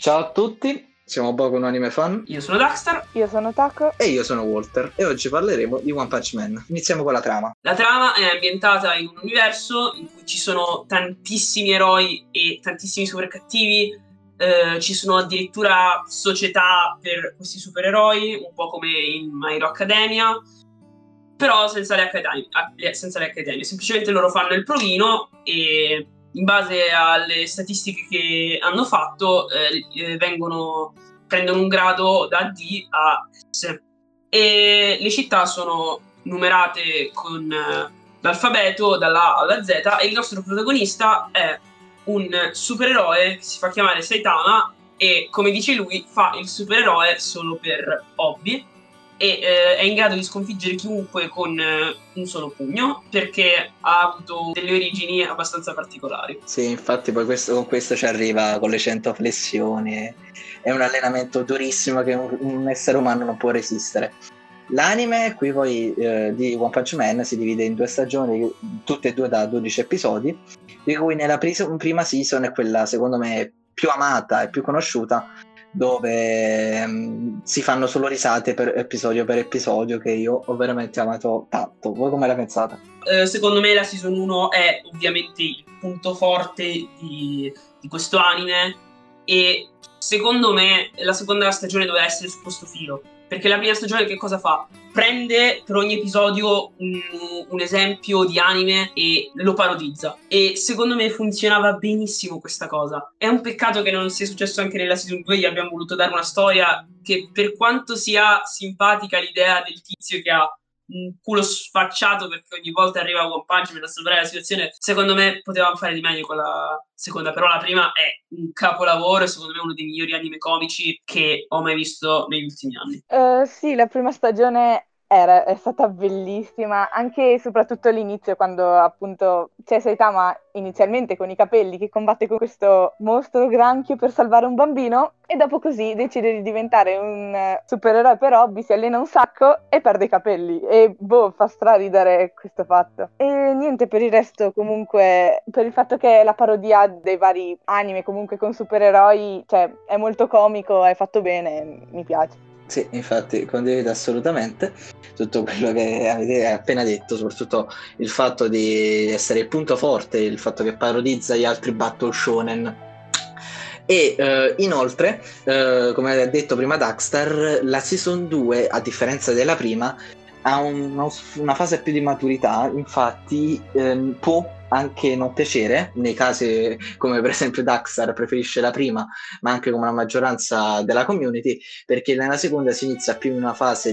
Ciao a tutti, siamo Boku un anime fan. Io sono Daxter. Io sono Taco. E io sono Walter e oggi parleremo di One Punch Man. Iniziamo con la trama. La trama è ambientata in un universo in cui ci sono tantissimi eroi e tantissimi super cattivi. Ci sono addirittura società per questi supereroi, un po' come in My Hero Academia, però senza le accademie. Semplicemente loro fanno il provino e in base alle statistiche che hanno fatto prendono un grado da D a S. E le città sono numerate con l'alfabeto dalla A alla Z, e il nostro protagonista è un supereroe che si fa chiamare Saitama e, come dice lui, fa il supereroe solo per hobby e è in grado di sconfiggere chiunque con un solo pugno, perché ha avuto delle origini abbastanza particolari. Sì, infatti poi con questo ci arriva con le 100 flessioni. È un allenamento durissimo che un essere umano non può resistere. L'anime qui poi di One Punch Man si divide in 2 stagioni, tutte e 2 da 12 episodi, di cui nella prima season è quella secondo me più amata e più conosciuta, dove si fanno solo risate per episodio, che io ho veramente amato tanto. Voi come la pensate? Secondo me la season 1 è ovviamente il punto forte di questo anime, e secondo me la seconda stagione doveva essere su questo filo, perché la prima stagione che cosa fa? Prende per ogni episodio un esempio di anime e lo parodizza, e secondo me funzionava benissimo questa cosa. È un peccato che non sia successo anche nella season 2. Gli abbiamo voluto dare una storia che, per quanto sia simpatica l'idea del tizio che ha un culo sfacciato perché ogni volta arriva One Punch Man a salvare la situazione, secondo me potevamo fare di meglio con la seconda. Però la prima è un capolavoro e secondo me uno dei migliori anime comici che ho mai visto negli ultimi anni. Sì, la prima stagione è stata bellissima, anche e soprattutto all'inizio, quando appunto c'è Saitama inizialmente con i capelli che combatte con questo mostro granchio per salvare un bambino, e dopo così decide di diventare un supereroe per hobby, si allena un sacco e perde i capelli, e fa straridere questo fatto. E niente, per il resto comunque, per il fatto che è la parodia dei vari anime comunque con supereroi, cioè è molto comico, è fatto bene, mi piace. Sì, infatti condivido assolutamente tutto quello che avete appena detto, soprattutto il fatto di essere il punto forte, il fatto che parodizza gli altri battle shonen. E inoltre, come ha detto prima Daxter, la season 2, a differenza della prima, ha una fase più di maturità. Infatti può anche non piacere, nei casi come per esempio Daxter preferisce la prima, ma anche come la maggioranza della community, perché nella seconda si inizia più in una fase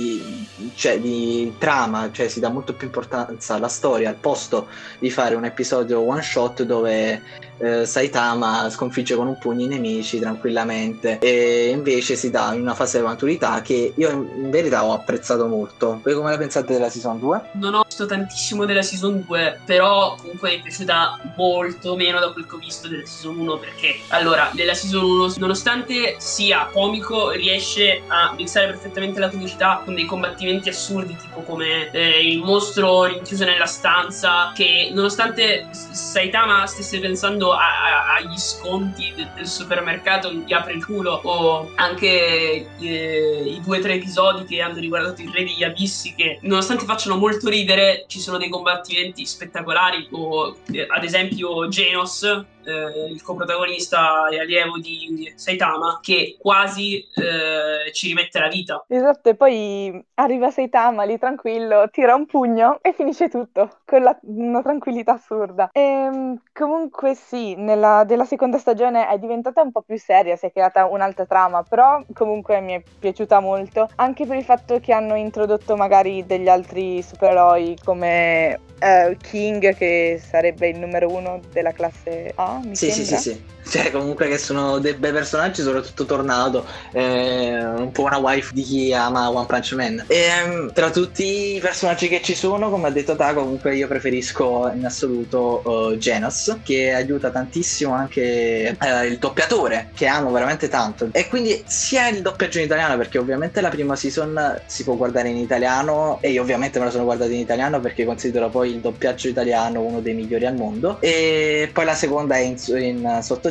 di trama, cioè si dà molto più importanza alla storia, al posto di fare un episodio one shot dove Saitama sconfigge con un pugno i nemici tranquillamente, e invece si dà in una fase di maturità che io in verità ho apprezzato molto. Voi come la pensate della season 2? Non ho visto tantissimo della season 2, però comunque mi è piaciuta molto meno da quel che ho visto della season 1, perché allora, nella season 1, nonostante sia comico, riesce a mixare perfettamente la comicità con dei combattimenti assurdi, tipo come il mostro rinchiuso nella stanza, che nonostante Saitama stesse pensando agli sconti del supermercato, gli apre il culo, o anche i 2 o 3 episodi che hanno riguardato il Re degli Abissi, che nonostante facciano molto ridere, ci sono dei combattimenti spettacolari, o ad esempio Genos, il coprotagonista e allievo di Saitama, che quasi ci rimette la vita. Esatto, e poi arriva Saitama lì tranquillo, tira un pugno e finisce tutto con una tranquillità assurda. Comunque sì, della seconda stagione è diventata un po' più seria, si è creata un'altra trama, però comunque mi è piaciuta molto, anche per il fatto che hanno introdotto magari degli altri supereroi come King, che sarebbe il numero 1 della classe A, mi sembra. Sì. Cioè, comunque che sono dei bei personaggi, soprattutto Tornado, un po' una wife di chi ama One Punch Man. E tra tutti i personaggi che ci sono, come ha detto Taco, comunque io preferisco in assoluto Genos, che aiuta tantissimo anche il doppiatore, che amo veramente tanto. E quindi sia il doppiaggio in italiano, perché ovviamente la prima season si può guardare in italiano, e io ovviamente me la sono guardata in italiano perché considero poi il doppiaggio italiano uno dei migliori al mondo, e poi la seconda è in sottotitoli,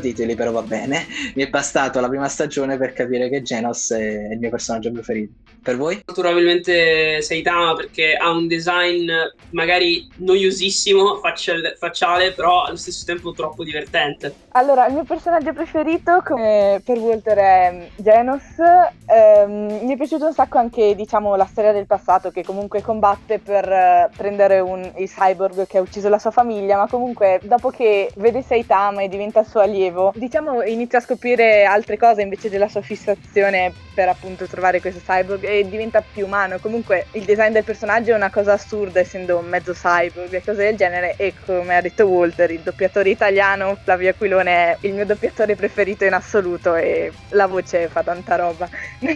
titoli, però va bene. Mi è bastato la prima stagione per capire che Genos è il mio personaggio preferito. Per voi? Probabilmente Saitama, perché ha un design magari noiosissimo, facciale, però allo stesso tempo troppo divertente. Allora, il mio personaggio preferito, come per Walter, è Genos. Mi è piaciuto un sacco anche, diciamo, la storia del passato, che comunque combatte per prendere il cyborg che ha ucciso la sua famiglia, ma comunque dopo che vede Saitama e diventa il suo allievo, diciamo, inizia a scoprire altre cose invece della sua fissazione per appunto trovare questo cyborg, e diventa più umano. Comunque il design del personaggio è una cosa assurda, essendo un mezzo cyborg e cose del genere, e come ha detto Walter, il doppiatore italiano Flavio Aquilone è il mio doppiatore preferito in assoluto, e la voce fa tanta roba.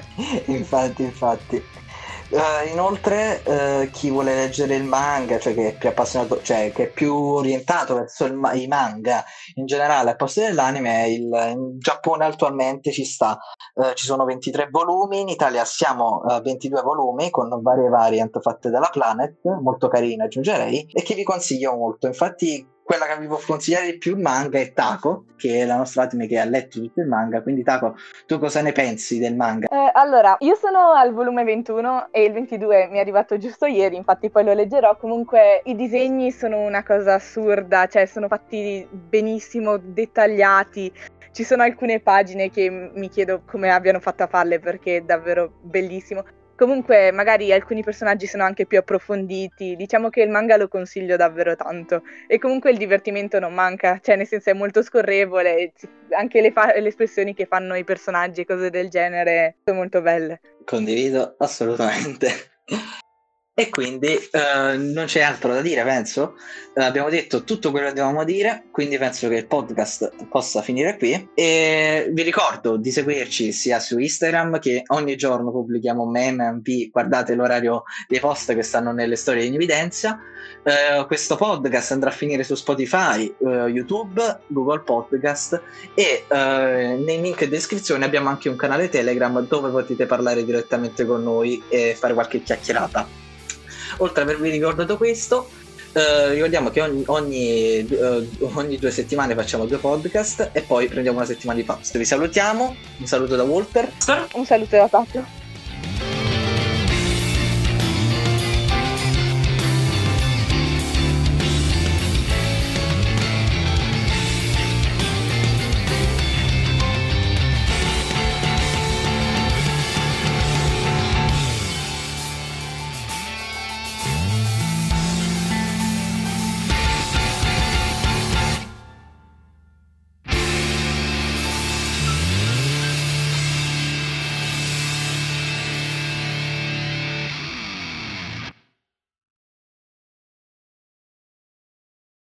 Infatti. Inoltre, chi vuole leggere il manga, cioè che è più appassionato, cioè che è più orientato verso i manga in generale al posto dell'anime, in Giappone attualmente ci sono 23 volumi, in Italia siamo a 22 volumi con varie variant fatte dalla Planet, molto carine aggiungerei, e che vi consiglio molto. Infatti quella che vi può consigliare di più il manga è Tako, che è la nostra Atime che ha letto tutto il manga. Quindi Tako, tu cosa ne pensi del manga? Allora, io sono al volume 21 e il 22 mi è arrivato giusto ieri, infatti poi lo leggerò. Comunque i disegni sono una cosa assurda, cioè sono fatti benissimo, dettagliati. Ci sono alcune pagine che mi chiedo come abbiano fatto a farle, perché è davvero bellissimo. Comunque magari alcuni personaggi sono anche più approfonditi, diciamo che il manga lo consiglio davvero tanto, e comunque il divertimento non manca, cioè nel senso è molto scorrevole, anche le espressioni che fanno i personaggi e cose del genere sono molto belle. Condivido assolutamente. E quindi non c'è altro da dire, penso. Abbiamo detto tutto quello che dovevamo dire, quindi penso che il podcast possa finire qui. E vi ricordo di seguirci sia su Instagram, che ogni giorno pubblichiamo meme, MP, guardate l'orario dei post che stanno nelle storie in evidenza. Questo podcast andrà a finire su Spotify, YouTube, Google Podcast, e nei link in descrizione abbiamo anche un canale Telegram dove potete parlare direttamente con noi e fare qualche chiacchierata. Oltre ad avervi ricordato questo, ricordiamo che ogni 2 settimane facciamo 2 podcast e poi prendiamo una settimana di pausa. Vi salutiamo, un saluto da Walter, un saluto da Tato.